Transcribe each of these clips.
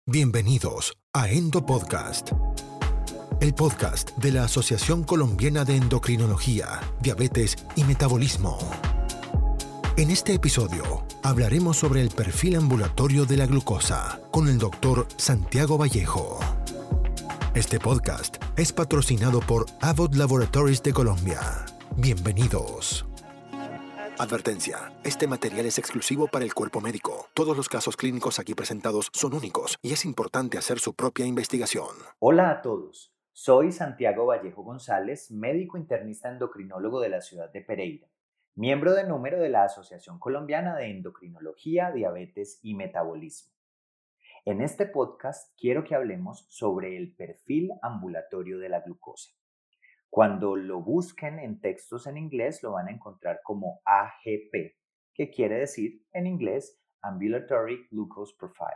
Bienvenidos a Endo Podcast, el podcast de la Asociación Colombiana de Endocrinología, Diabetes y Metabolismo. En este episodio hablaremos sobre el perfil ambulatorio de la glucosa con el doctor Santiago Vallejo. Este podcast es patrocinado por Abbott Laboratories de Colombia. Bienvenidos. Advertencia: este material es exclusivo para el cuerpo médico. Todos los casos clínicos aquí presentados son únicos y es importante hacer su propia investigación. Hola a todos, soy Santiago Vallejo González, médico internista endocrinólogo de la ciudad de Pereira, miembro de número de la Asociación Colombiana de Endocrinología, Diabetes y Metabolismo. En este podcast quiero que hablemos sobre el perfil ambulatorio de la glucosa. Cuando lo busquen en textos en inglés lo van a encontrar como AGP, que quiere decir en inglés Ambulatory Glucose Profile.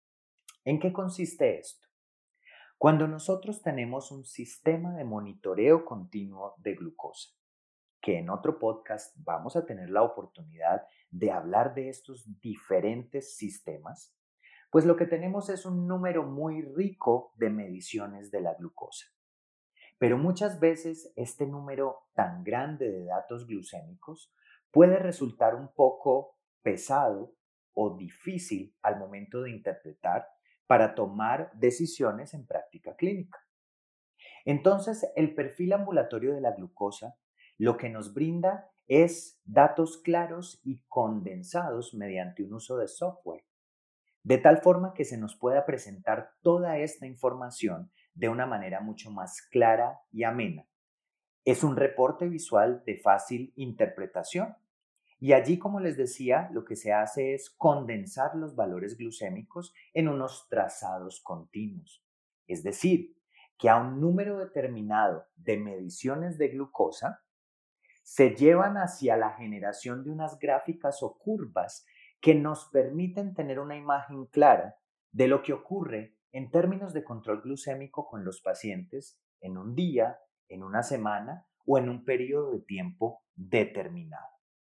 ¿En qué consiste esto? Cuando nosotros tenemos un sistema de monitoreo continuo de glucosa, que en otro podcast vamos a tener la oportunidad de hablar de estos diferentes sistemas, pues lo que tenemos es un número muy rico de mediciones de la glucosa. Pero muchas veces este número tan grande de datos glucémicos puede resultar un poco pesado o difícil al momento de interpretar para tomar decisiones en práctica clínica. Entonces, el perfil ambulatorio de la glucosa lo que nos brinda es datos claros y condensados mediante un uso de software, de tal forma que se nos pueda presentar toda esta información de una manera mucho más clara y amena. Es un reporte visual de fácil interpretación. Y allí, como les decía, lo que se hace es condensar los valores glucémicos en unos trazados continuos. Es decir, que a un número determinado de mediciones de glucosa se llevan hacia la generación de unas gráficas o curvas que nos permiten tener una imagen clara de lo que ocurre en términos de control glucémico con los pacientes en un día, en una semana o en un periodo de tiempo determinado.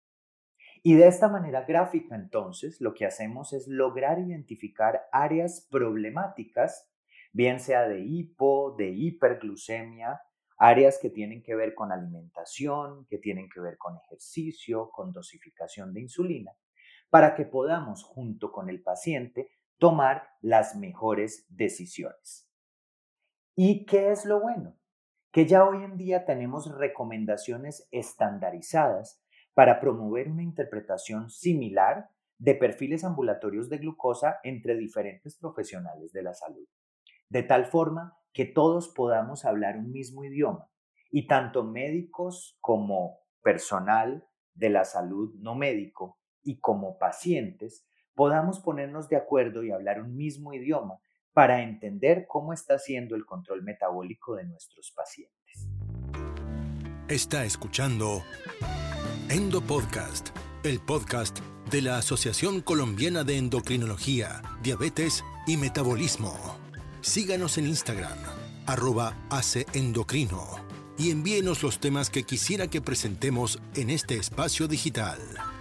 Y de esta manera gráfica, entonces, lo que hacemos es lograr identificar áreas problemáticas, bien sea de hipo, de hiperglucemia, áreas que tienen que ver con alimentación, que tienen que ver con ejercicio, con dosificación de insulina, para que podamos, junto con el paciente, tomar las mejores decisiones. ¿Y qué es lo bueno? Que ya hoy en día tenemos recomendaciones estandarizadas para promover una interpretación similar de perfiles ambulatorios de glucosa entre diferentes profesionales de la salud, de tal forma que todos podamos hablar un mismo idioma y tanto médicos como personal de la salud no médico y como pacientes podamos ponernos de acuerdo y hablar un mismo idioma para entender cómo está siendo el control metabólico de nuestros pacientes. Está escuchando Endo Podcast, el podcast de la Asociación Colombiana de Endocrinología, Diabetes y Metabolismo. Síganos en Instagram, @aceendocrino, y envíenos los temas que quisiera que presentemos en este espacio digital.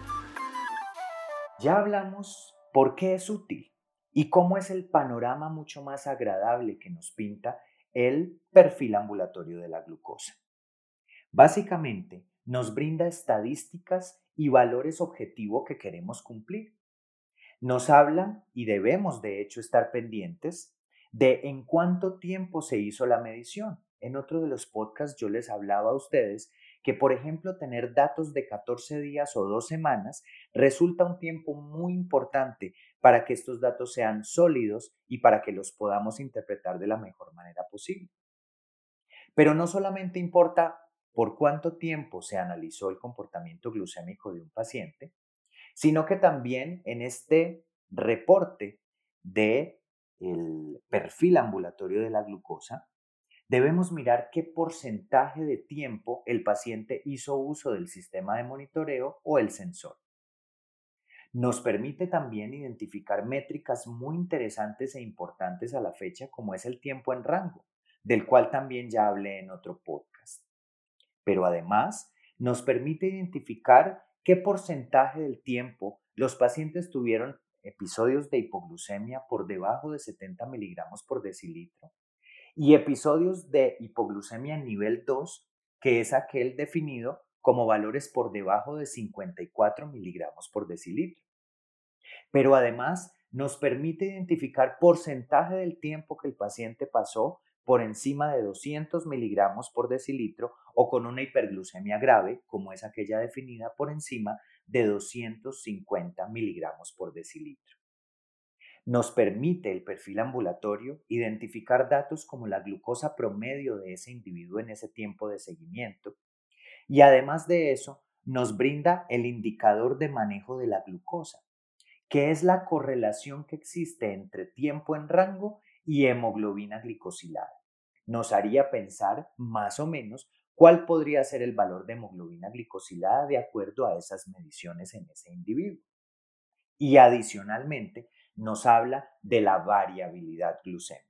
Ya hablamos por qué es útil y cómo es el panorama mucho más agradable que nos pinta el perfil ambulatorio de la glucosa. Básicamente, nos brinda estadísticas y valores objetivos que queremos cumplir. Nos habla, y debemos de hecho estar pendientes, de en cuánto tiempo se hizo la medición. En otro de los podcasts yo les hablaba a ustedes que, por ejemplo, tener datos de 14 días o 2 semanas resulta un tiempo muy importante para que estos datos sean sólidos y para que los podamos interpretar de la mejor manera posible. Pero no solamente importa por cuánto tiempo se analizó el comportamiento glucémico de un paciente, sino que también en este reporte de el perfil ambulatorio de la glucosa, debemos mirar qué porcentaje de tiempo el paciente hizo uso del sistema de monitoreo o el sensor. Nos permite también identificar métricas muy interesantes e importantes a la fecha, como es el tiempo en rango, del cual también ya hablé en otro podcast. Pero además nos permite identificar qué porcentaje del tiempo los pacientes tuvieron episodios de hipoglucemia por debajo de 70 miligramos por decilitro y episodios de hipoglucemia nivel 2, que es aquel definido como valores por debajo de 54 miligramos por decilitro. Pero además nos permite identificar porcentaje del tiempo que el paciente pasó por encima de 200 miligramos por decilitro o con una hiperglucemia grave, como es aquella definida por encima de 250 miligramos por decilitro. Nos permite el perfil ambulatorio identificar datos como la glucosa promedio de ese individuo en ese tiempo de seguimiento y además de eso nos brinda el indicador de manejo de la glucosa, que es la correlación que existe entre tiempo en rango y hemoglobina glicosilada. Nos haría pensar más o menos cuál podría ser el valor de hemoglobina glicosilada de acuerdo a esas mediciones en ese individuo. Y adicionalmente nos habla de la variabilidad glucémica.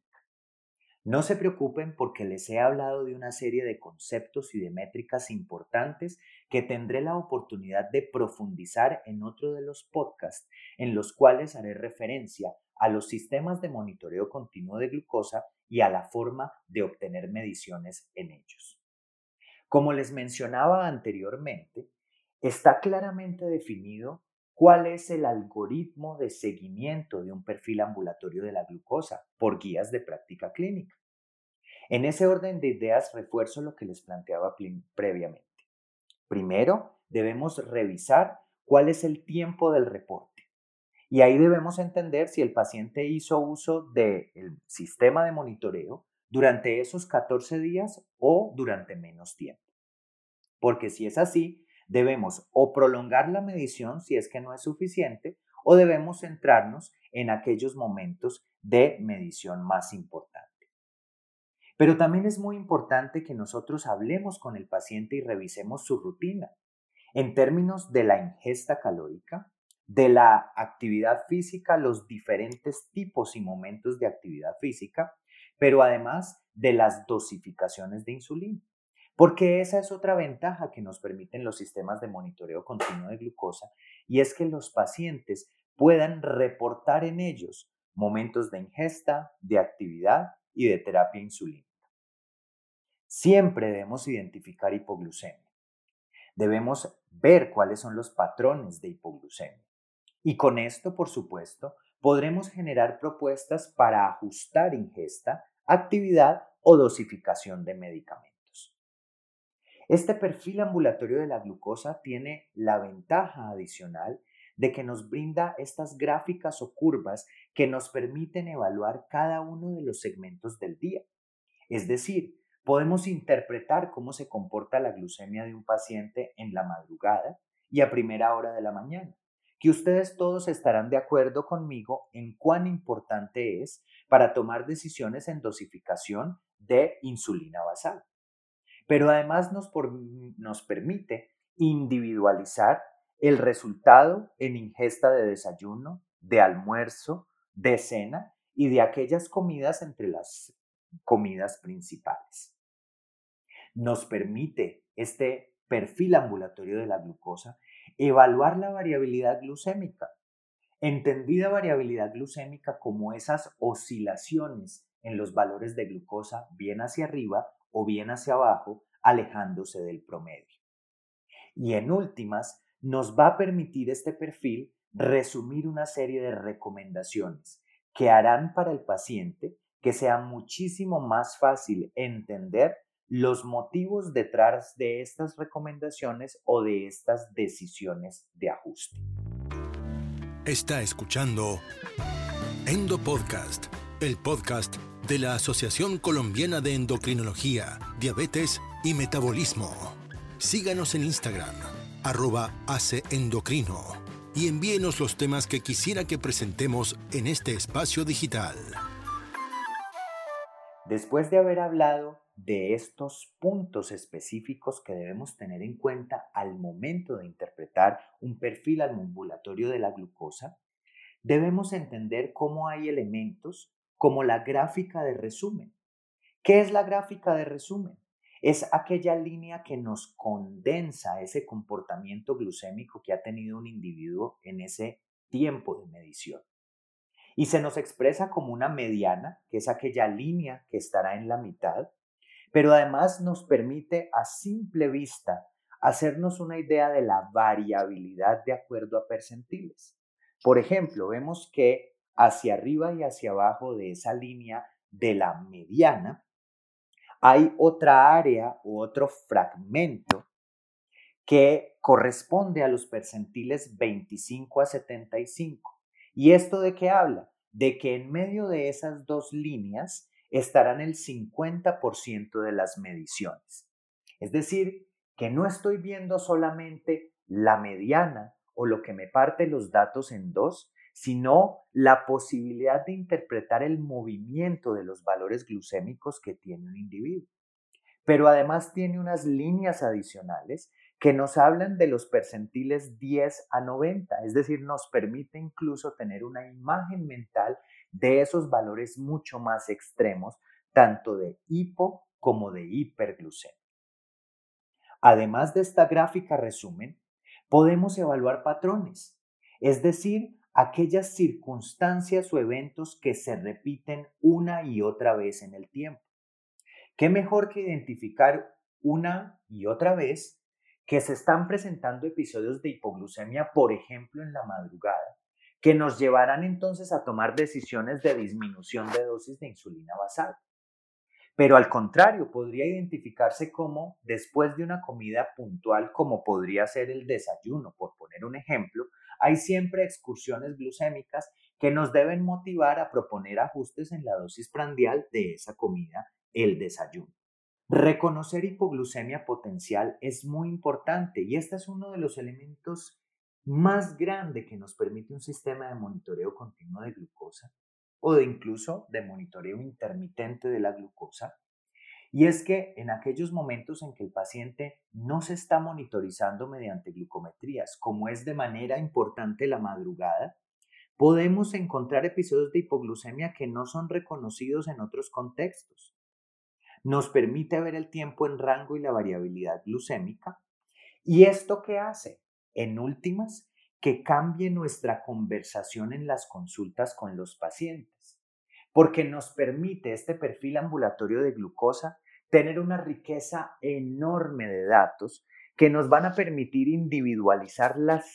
No se preocupen porque les he hablado de una serie de conceptos y de métricas importantes que tendré la oportunidad de profundizar en otro de los podcasts en los cuales haré referencia a los sistemas de monitoreo continuo de glucosa y a la forma de obtener mediciones en ellos. Como les mencionaba anteriormente, está claramente definido cuál es el algoritmo de seguimiento de un perfil ambulatorio de la glucosa por guías de práctica clínica. En ese orden de ideas refuerzo lo que les planteaba previamente. Primero, debemos revisar cuál es el tiempo del reporte. Y ahí debemos entender si el paciente hizo uso del sistema de monitoreo durante esos 14 días o durante menos tiempo. Porque si es así, debemos o prolongar la medición si es que no es suficiente o debemos centrarnos en aquellos momentos de medición más importantes. Pero también es muy importante que nosotros hablemos con el paciente y revisemos su rutina en términos de la ingesta calórica, de la actividad física, los diferentes tipos y momentos de actividad física, pero además de las dosificaciones de insulina. Porque esa es otra ventaja que nos permiten los sistemas de monitoreo continuo de glucosa y es que los pacientes puedan reportar en ellos momentos de ingesta, de actividad y de terapia insulínica. Siempre debemos identificar hipoglucemia. Debemos ver cuáles son los patrones de hipoglucemia. Y con esto, por supuesto, podremos generar propuestas para ajustar ingesta, actividad o dosificación de medicamentos. Este perfil ambulatorio de la glucosa tiene la ventaja adicional de que nos brinda estas gráficas o curvas que nos permiten evaluar cada uno de los segmentos del día. Es decir, podemos interpretar cómo se comporta la glucemia de un paciente en la madrugada y a primera hora de la mañana, que ustedes todos estarán de acuerdo conmigo en cuán importante es para tomar decisiones en dosificación de insulina basal. Pero además nos permite individualizar el resultado en ingesta de desayuno, de almuerzo, de cena y de aquellas comidas entre las comidas principales. Nos permite este perfil ambulatorio de la glucosa evaluar la variabilidad glucémica, entendida variabilidad glucémica como esas oscilaciones en los valores de glucosa bien hacia arriba o bien hacia abajo, alejándose del promedio. Y en últimas, nos va a permitir este perfil resumir una serie de recomendaciones que harán para el paciente que sea muchísimo más fácil entender los motivos detrás de estas recomendaciones o de estas decisiones de ajuste. Está escuchando Endo Podcast, el podcast de la Asociación Colombiana de Endocrinología, Diabetes y Metabolismo. Síganos en Instagram, @aceendocrino, y envíenos los temas que quisiera que presentemos en este espacio digital. Después de haber hablado de estos puntos específicos que debemos tener en cuenta al momento de interpretar un perfil ambulatorio de la glucosa, debemos entender cómo hay elementos como la gráfica de resumen. ¿Qué es la gráfica de resumen? Es aquella línea que nos condensa ese comportamiento glucémico que ha tenido un individuo en ese tiempo de medición. y se nos expresa como una mediana, que es aquella línea que estará en la mitad, pero además nos permite a simple vista hacernos una idea de la variabilidad de acuerdo a percentiles. Por ejemplo, vemos que hacia arriba y hacia abajo de esa línea de la mediana hay otra área u otro fragmento que corresponde a los percentiles 25 a 75. ¿Y esto de qué habla? De que en medio de esas dos líneas estarán el 50% de las mediciones. Es decir, que no estoy viendo solamente la mediana o lo que me parte los datos en dos, sino la posibilidad de interpretar el movimiento de los valores glucémicos que tiene un individuo. Pero además tiene unas líneas adicionales que nos hablan de los percentiles 10 a 90, es decir, nos permite incluso tener una imagen mental de esos valores mucho más extremos, tanto de hipo como de hiperglucemia. Además de esta gráfica resumen, podemos evaluar patrones, es decir, aquellas circunstancias o eventos que se repiten una y otra vez en el tiempo. ¿Qué mejor que identificar una y otra vez que se están presentando episodios de hipoglucemia, por ejemplo, en la madrugada, que nos llevarán entonces a tomar decisiones de disminución de dosis de insulina basal? Pero al contrario, podría identificarse como después de una comida puntual, como podría ser el desayuno, por poner un ejemplo, hay siempre excursiones glucémicas que nos deben motivar a proponer ajustes en la dosis prandial de esa comida, el desayuno. Reconocer hipoglucemia potencial es muy importante y este es uno de los elementos más grandes que nos permite un sistema de monitoreo continuo de glucosa o de incluso de monitoreo intermitente de la glucosa. Y es que en aquellos momentos en que el paciente no se está monitorizando mediante glucometrías, como es de manera importante la madrugada, podemos encontrar episodios de hipoglucemia que no son reconocidos en otros contextos. Nos permite ver el tiempo en rango y la variabilidad glucémica. ¿Y esto qué hace? En últimas, que cambie nuestra conversación en las consultas con los pacientes, porque nos permite este perfil ambulatorio de glucosa tener una riqueza enorme de datos que nos van a permitir individualizar las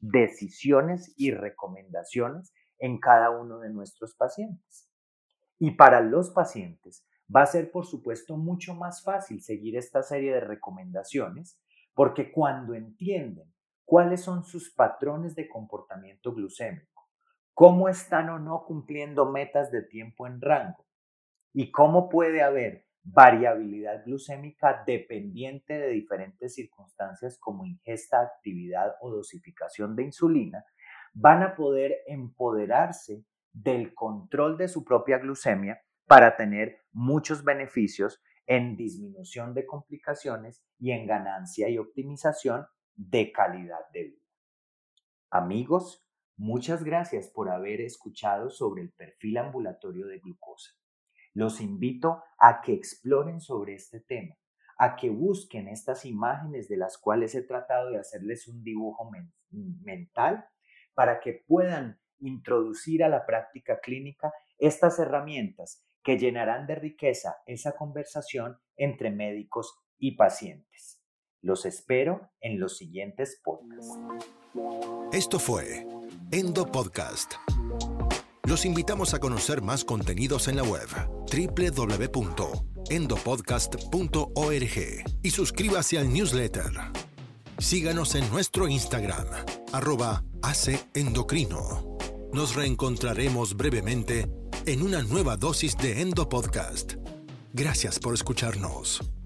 decisiones y recomendaciones en cada uno de nuestros pacientes. Y para los pacientes va a ser, por supuesto, mucho más fácil seguir esta serie de recomendaciones, porque cuando entienden cuáles son sus patrones de comportamiento glucémico, cómo están o no cumpliendo metas de tiempo en rango y cómo puede haber variabilidad glucémica dependiente de diferentes circunstancias como ingesta, actividad o dosificación de insulina, van a poder empoderarse del control de su propia glucemia para tener muchos beneficios en disminución de complicaciones y en ganancia y optimización de calidad de vida. Amigos, muchas gracias por haber escuchado sobre el perfil ambulatorio de glucosa. Los invito a que exploren sobre este tema, a que busquen estas imágenes de las cuales he tratado de hacerles un dibujo mental para que puedan introducir a la práctica clínica estas herramientas que llenarán de riqueza esa conversación entre médicos y pacientes. Los espero en los siguientes podcasts. Esto fue Endo Podcast. Los invitamos a conocer más contenidos en la web www.endopodcast.org y suscríbase al newsletter. Síganos en nuestro Instagram, @ACEndocrino. Nos reencontraremos brevemente en una nueva dosis de Endo Podcast. Gracias por escucharnos.